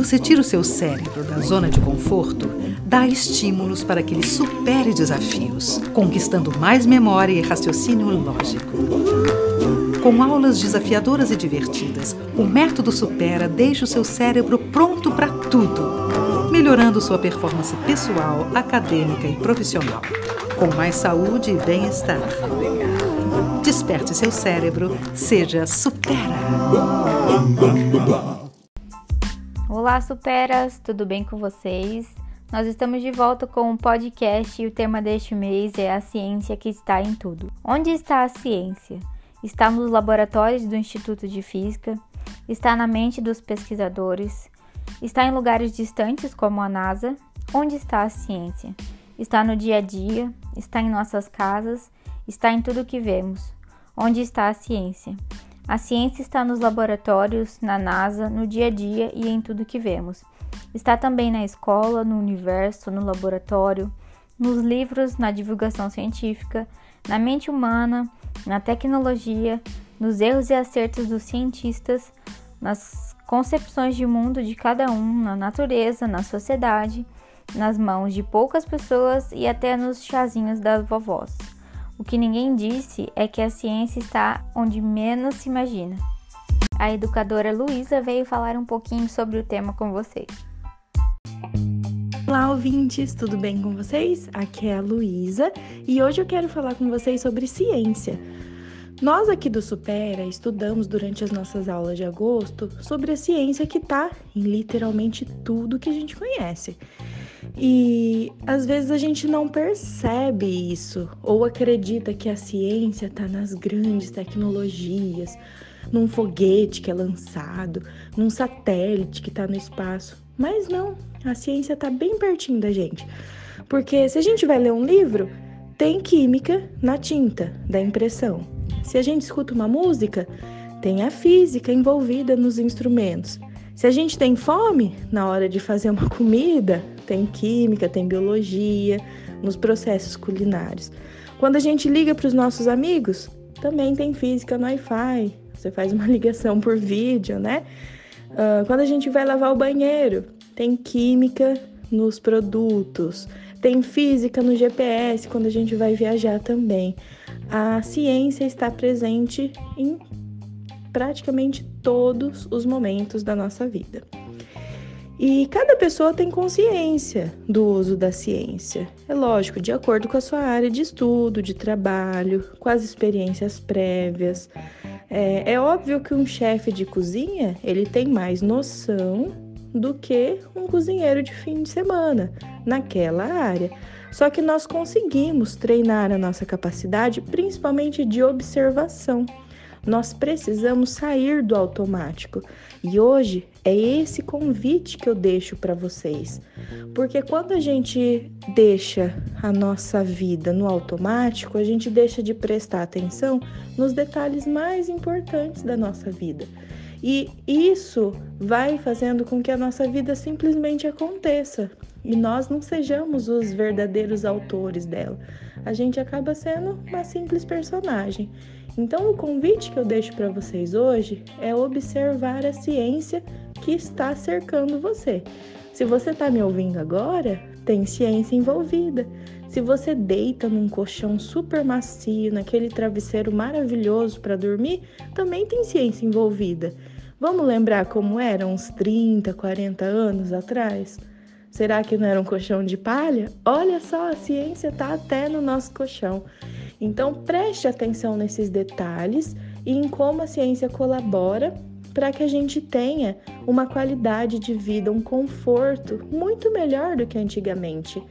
você tira o seu cérebro da zona de conforto, dá estímulos para que ele supere desafios, conquistando mais memória e raciocínio lógico. Com aulas desafiadoras e divertidas, o Método Supera deixa o seu cérebro pronto para tudo, melhorando sua performance pessoal, acadêmica e profissional, com mais saúde e bem-estar. Desperte seu cérebro, seja Supera! Olá, Superas! Tudo bem com vocês? Nós estamos de volta com um podcast e o tema deste mês é a ciência que está em tudo. Onde está a ciência? Está nos laboratórios do Instituto de Física, está na mente dos pesquisadores, está em lugares distantes como a NASA. Onde está a ciência? Está no dia a dia, está em nossas casas, está em tudo que vemos. Onde está a ciência? A ciência está nos laboratórios, na NASA, no dia a dia e em tudo que vemos. Está também na escola, no universo, no laboratório, nos livros, na divulgação científica, na mente humana, na tecnologia, nos erros e acertos dos cientistas, nas concepções de mundo de cada um, na natureza, na sociedade, nas mãos de poucas pessoas e até nos chazinhos das vovós. O que ninguém disse é que a ciência está onde menos se imagina. A educadora Luísa veio falar um pouquinho sobre o tema com vocês. Olá, ouvintes, tudo bem com vocês? Aqui é a Luísa e hoje eu quero falar com vocês sobre ciência. Nós aqui do Supera estudamos durante as nossas aulas de agosto sobre a ciência que está em literalmente tudo que a gente conhece. E às vezes a gente não percebe isso ou acredita que a ciência está nas grandes tecnologias, num foguete que é lançado, num satélite que está no espaço. Mas não, a ciência está bem pertinho da gente. Porque se a gente vai ler um livro, tem química na tinta da impressão. Se a gente escuta uma música, tem a física envolvida nos instrumentos. Se a gente tem fome, na hora de fazer uma comida, tem química, tem biologia, nos processos culinários. Quando a gente liga para os nossos amigos, também tem física no Wi-Fi. Você faz uma ligação por vídeo, né? Quando a gente vai lavar o banheiro, tem química nos produtos, tem física no GPS quando a gente vai viajar também. A ciência está presente em praticamente todos os momentos da nossa vida. E cada pessoa tem consciência do uso da ciência. É lógico, de acordo com a sua área de estudo, de trabalho, com as experiências prévias. É óbvio que um chefe de cozinha, ele tem mais noção do que um cozinheiro de fim de semana, naquela área. Só que nós conseguimos treinar a nossa capacidade, principalmente de observação. Nós precisamos sair do automático. E hoje é esse convite que eu deixo para vocês. Porque quando a gente deixa a nossa vida no automático, a gente deixa de prestar atenção nos detalhes mais importantes da nossa vida. E isso vai fazendo com que a nossa vida simplesmente aconteça. E nós não sejamos os verdadeiros autores dela. A gente acaba sendo uma simples personagem. Então, o convite que eu deixo para vocês hoje é observar a ciência que está cercando você. Se você está me ouvindo agora, tem ciência envolvida. Se você deita num colchão super macio, naquele travesseiro maravilhoso para dormir, também tem ciência envolvida. Vamos lembrar como era uns 30, 40 anos atrás? Será que não era um colchão de palha? Olha só, a ciência está até no nosso colchão. Então, preste atenção nesses detalhes e em como a ciência colabora para que a gente tenha uma qualidade de vida, um conforto muito melhor do que antigamente.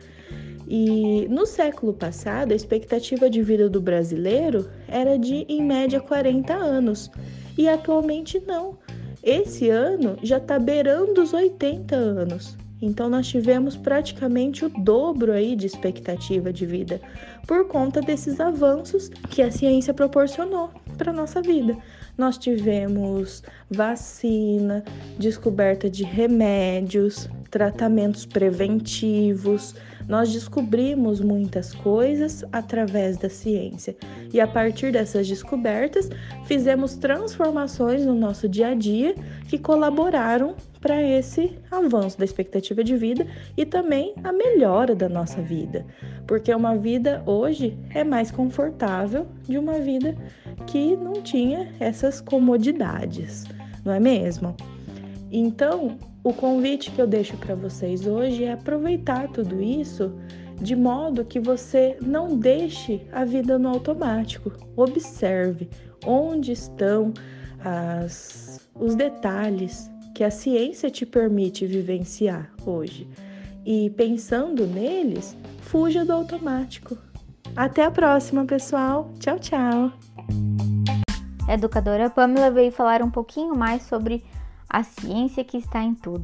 E no século passado, a expectativa de vida do brasileiro era de, em média, 40 anos. E atualmente não. Esse ano já está beirando os 80 anos. Então, nós tivemos praticamente o dobro aí de expectativa de vida por conta desses avanços que a ciência proporcionou para a nossa vida. Nós tivemos vacina, descoberta de remédios, tratamentos preventivos. Nós descobrimos muitas coisas através da ciência. E a partir dessas descobertas, fizemos transformações no nosso dia a dia que colaboraram para esse avanço da expectativa de vida e também a melhora da nossa vida, porque uma vida hoje é mais confortável de uma vida que não tinha essas comodidades, não é mesmo? Então, o convite que eu deixo para vocês hoje é aproveitar tudo isso de modo que você não deixe a vida no automático. Observe onde estão os detalhes que a ciência te permite vivenciar hoje. E pensando neles, fuja do automático. Até a próxima, pessoal. Tchau, tchau. A educadora Pamela veio falar um pouquinho mais sobre a ciência que está em tudo.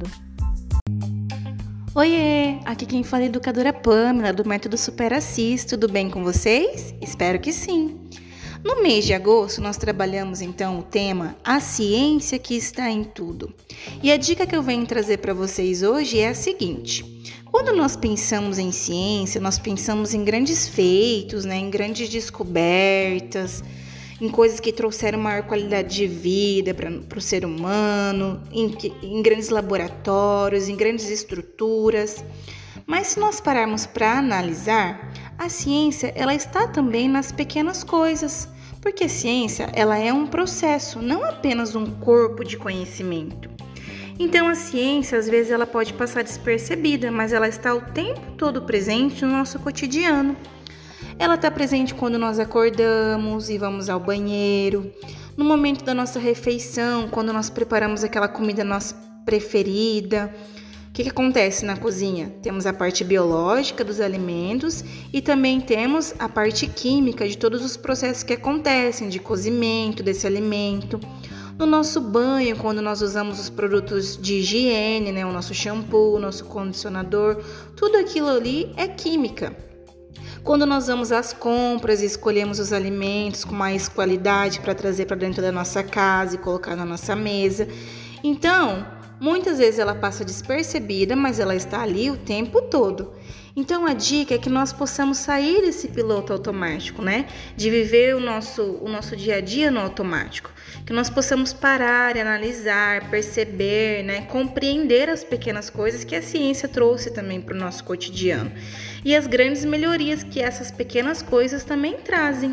Oiê, aqui quem fala é a educadora Pamela, do Método Superassis. Tudo bem com vocês? Espero que sim. No mês de agosto, nós trabalhamos então o tema A Ciência que está em Tudo. E a dica que eu venho trazer para vocês hoje é a seguinte: quando nós pensamos em ciência, nós pensamos em grandes feitos, em grandes descobertas, em coisas que trouxeram maior qualidade de vida para o ser humano, em grandes laboratórios, em grandes estruturas. Mas se nós pararmos para analisar, a ciência ela está também nas pequenas coisas, porque a ciência ela é um processo, não apenas um corpo de conhecimento. Então a ciência às vezes ela pode passar despercebida, mas ela está o tempo todo presente no nosso cotidiano. Ela está presente quando nós acordamos e vamos ao banheiro, no momento da nossa refeição, quando nós preparamos aquela comida nossa preferida. O que acontece na cozinha? Temos a parte biológica dos alimentos e também temos a parte química de todos os processos que acontecem de cozimento desse alimento. No nosso banho, quando nós usamos os produtos de higiene, o nosso shampoo, o nosso condicionador, tudo aquilo ali é química. Quando nós vamos às compras e escolhemos os alimentos com mais qualidade para trazer para dentro da nossa casa e colocar na nossa mesa. Então, muitas vezes ela passa despercebida, mas ela está ali o tempo todo. Então, a dica é que nós possamos sair desse piloto automático, de viver o nosso dia a dia no automático. Que nós possamos parar, analisar, perceber, compreender as pequenas coisas que a ciência trouxe também para o nosso cotidiano. E as grandes melhorias que essas pequenas coisas também trazem.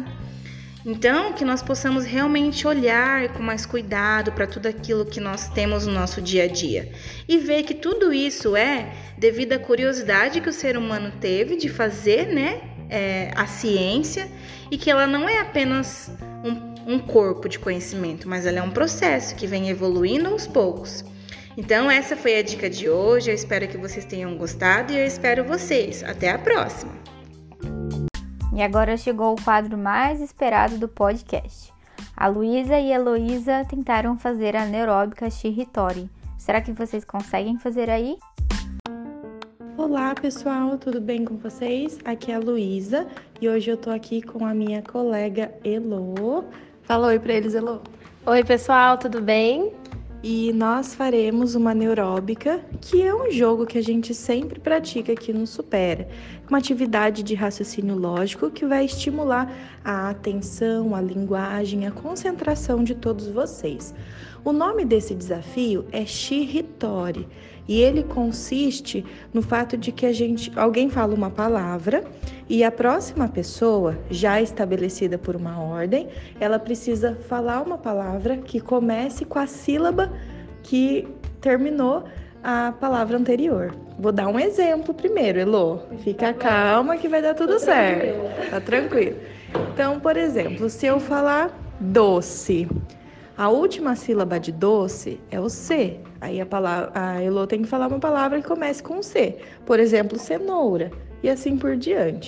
Então, que nós possamos realmente olhar com mais cuidado para tudo aquilo que nós temos no nosso dia a dia. E ver que tudo isso é devido à curiosidade que o ser humano teve de fazer, a ciência, e que ela não é apenas um corpo de conhecimento, mas ela é um processo que vem evoluindo aos poucos. Então, essa foi a dica de hoje. Eu espero que vocês tenham gostado e eu espero vocês. Até a próxima! E agora chegou o quadro mais esperado do podcast. A Luísa e a Heloísa tentaram fazer a anaeróbica Shiritori. Será que vocês conseguem fazer aí? Olá pessoal, tudo bem com vocês? Aqui é a Luísa e hoje eu tô aqui com a minha colega Elo. Fala oi pra eles, Elo. Oi pessoal, tudo bem? E nós faremos uma anaeróbica, que é um jogo que a gente sempre pratica aqui no Supera. Uma atividade de raciocínio lógico que vai estimular a atenção, a linguagem, a concentração de todos vocês. O nome desse desafio é Shiritori e ele consiste no fato de que alguém fala uma palavra e a próxima pessoa, já estabelecida por uma ordem, ela precisa falar uma palavra que comece com a sílaba que terminou a palavra anterior. Vou dar um exemplo primeiro, Elô. Fica calma que vai dar tudo certo. Tá tranquilo. Então, por exemplo, se eu falar doce, a última sílaba de doce é o C. Aí a Elô tem que falar uma palavra que comece com C. Por exemplo, cenoura. E assim por diante.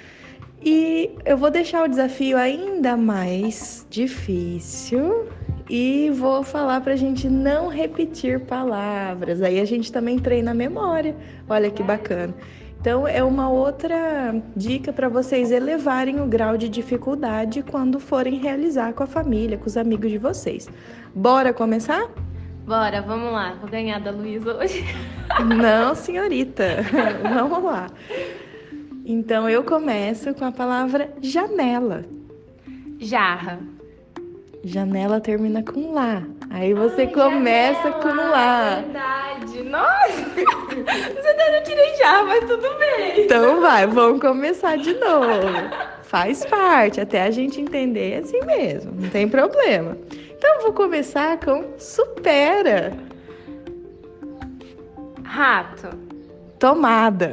E eu vou deixar o desafio ainda mais difícil e vou falar pra gente não repetir palavras. Aí a gente também treina a memória. Olha que bacana. Então é uma outra dica para vocês elevarem o grau de dificuldade quando forem realizar com a família, com os amigos de vocês. Bora começar? Bora, vamos lá. Vou ganhar da Luísa hoje. Não, senhorita. Vamos lá. Então eu começo com a palavra janela. Jarra. Janela termina com lá. Aí você começa janela, com lá. Verdade. Eu tirei já, mas tudo bem. Então vai, vamos começar de novo. Faz parte, até a gente entender assim mesmo, não tem problema. Então eu vou começar com supera. Rato. Tomada.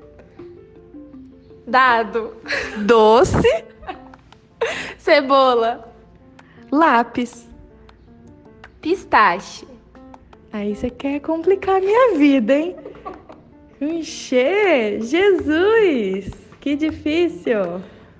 Dado. Doce. Cebola. Lápis. Pistache. Aí você quer complicar a minha vida, hein? Encher. Jesus, que difícil.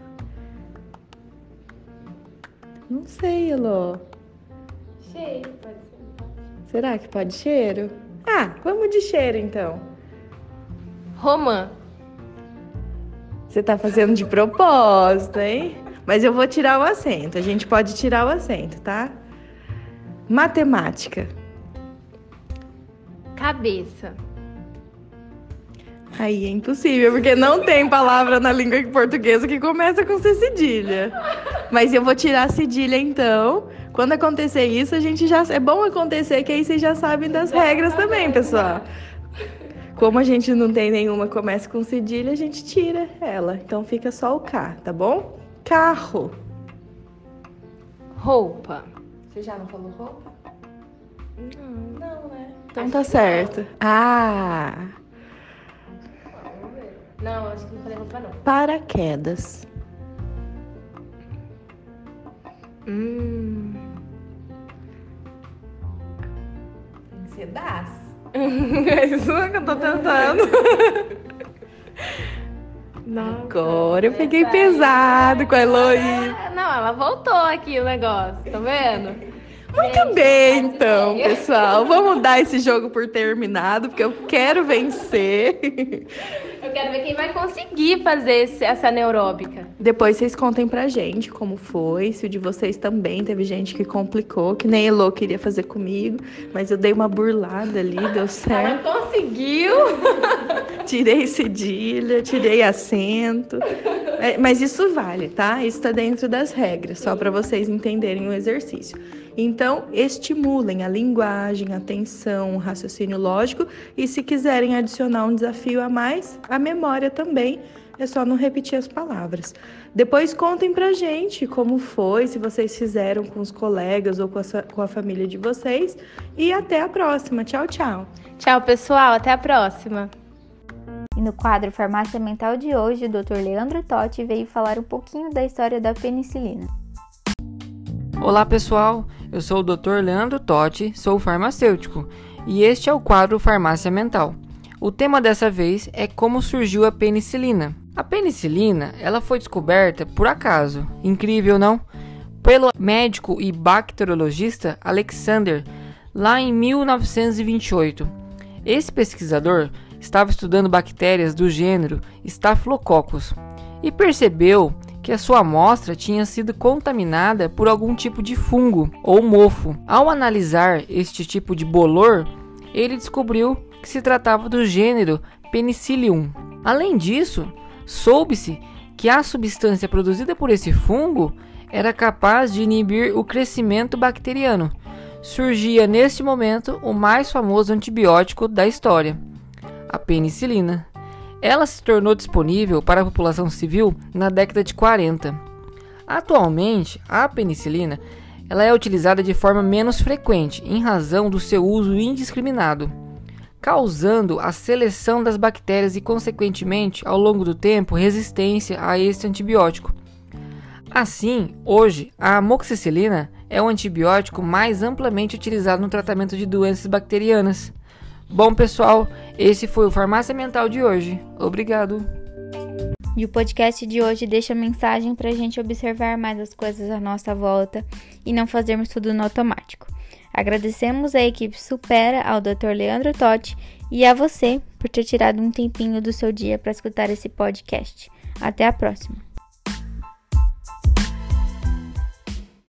Não sei, Elô. Cheiro, pode ser. Será que pode cheiro? Ah, vamos de cheiro então. Romã. Você tá fazendo de propósito, hein? Mas eu vou tirar o acento. A gente pode tirar o acento, tá? Matemática. Cabeça. Aí é impossível, porque não tem palavra na língua portuguesa que começa com C cedilha. Mas eu vou tirar a cedilha então. Quando acontecer isso, a gente já... É bom acontecer, que aí vocês já sabem das regras também, pessoal. Como a gente não tem nenhuma que começa com cedilha, a gente tira ela. Então fica só o K, tá bom? Carro. Roupa. Você já não falou roupa? Não, né? Então tá certo. Ah, Não, acho que não falei roupa, não. paraquedas. Tem que ser das. É isso que eu tô tentando. Não. Agora eu peguei pesado com a Heloísa. Não, ela voltou aqui o negócio, tá vendo? Muito bem, então, pessoal. Vamos dar esse jogo por terminado, porque eu quero vencer. Eu quero ver quem vai conseguir fazer essa anaeróbica. Depois vocês contem pra gente como foi, se o de vocês também teve gente que complicou, que nem a Elô queria fazer comigo, mas eu dei uma burlada ali, deu Ela certo. conseguiu. Tirei cedilha, tirei acento. Mas isso vale, tá? Isso tá dentro das regras, só pra vocês entenderem o exercício. Então, estimulem a linguagem, a atenção, o raciocínio lógico e se quiserem adicionar um desafio a mais, a memória também, é só não repetir as palavras. Depois contem pra gente como foi, se vocês fizeram com os colegas ou com a família de vocês. E até a próxima. Tchau, tchau. Tchau, pessoal. Até a próxima. E no quadro Farmácia Mental de hoje, o Dr. Leandro Totti veio falar um pouquinho da história da penicilina. Olá pessoal, eu sou o Dr. Leandro Totti, sou farmacêutico e este é o quadro Farmácia Mental. O tema dessa vez é como surgiu a penicilina. A penicilina, ela foi descoberta por acaso, incrível não? Pelo médico e bacteriologista Alexander, lá em 1928. Esse pesquisador estava estudando bactérias do gênero Staphylococcus e percebeu que a sua amostra tinha sido contaminada por algum tipo de fungo ou mofo. Ao analisar este tipo de bolor, ele descobriu que se tratava do gênero Penicillium. Além disso, soube-se que a substância produzida por esse fungo era capaz de inibir o crescimento bacteriano. Surgia neste momento o mais famoso antibiótico da história, a penicilina. Ela se tornou disponível para a população civil na década de 40. Atualmente, a penicilina ela é utilizada de forma menos frequente em razão do seu uso indiscriminado, causando a seleção das bactérias e, consequentemente, ao longo do tempo, resistência a esse antibiótico. Assim, hoje, a amoxicilina é o antibiótico mais amplamente utilizado no tratamento de doenças bacterianas. Bom, pessoal, esse foi o Farmácia Mental de hoje. Obrigado. E o podcast de hoje deixa mensagem para a gente observar mais as coisas à nossa volta e não fazermos tudo no automático. Agradecemos a equipe Supera, ao Dr. Leandro Totti e a você por ter tirado um tempinho do seu dia para escutar esse podcast. Até a próxima!